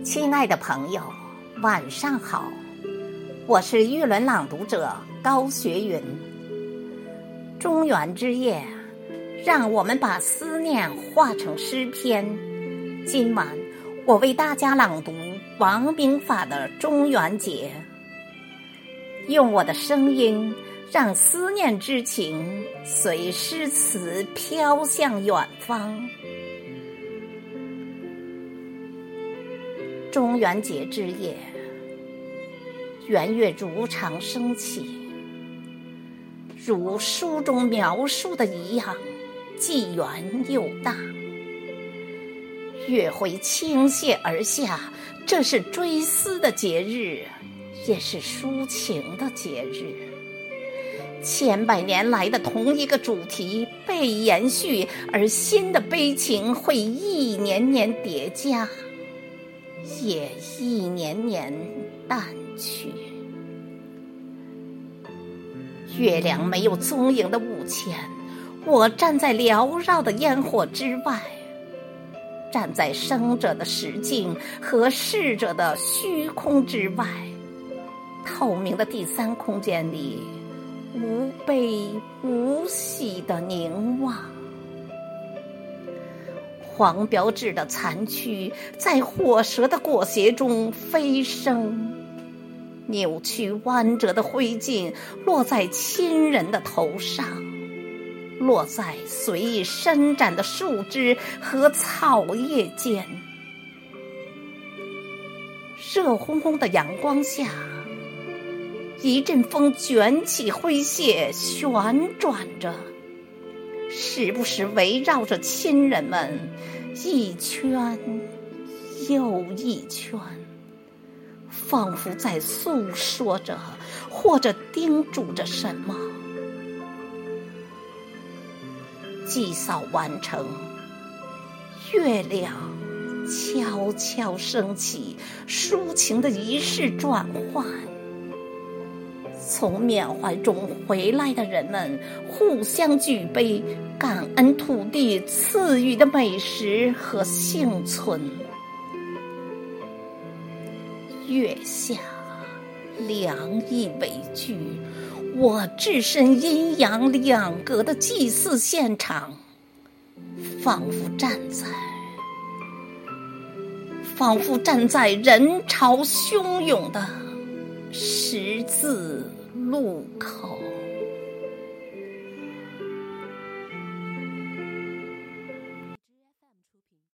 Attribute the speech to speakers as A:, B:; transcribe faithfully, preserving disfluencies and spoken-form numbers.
A: 亲爱的朋友，晚上好，我是玉轮朗读者高学云。中元之夜，让我们把思念化成诗篇。今晚我为大家朗读王明法的《中元节》，用我的声音让思念之情随诗词飘向远方。中元节之夜，圆月如常升起，如书中描述的一样，既圆又大。月辉倾泻而下，这是追思的节日，也是抒情的节日。千百年来的同一个主题被延续，而新的悲情会一年年叠加，也一年年淡去。月亮没有踪影的午前，我站在缭绕的烟火之外，站在生者的实境和逝者的虚空之外，透明的第三空间里，无悲无喜的凝望。黄标志的残躯在火舌的裹挟中飞升，扭曲弯折的灰烬落在亲人的头上，落在随意伸展的树枝和草叶间。热烘烘的阳光下，一阵风卷起灰屑，旋转着，时不时围绕着亲人们一圈又一圈，仿佛在诉说着或者叮嘱着什么。祭扫完成，月亮悄悄升起，抒情的仪式转换。从缅怀中回来的人们互相举杯，感恩土地赐予的美食和幸存。月下凉意为具，我置身阴阳两隔的祭祀现场，仿佛站在仿佛站在人潮汹涌的十字路口。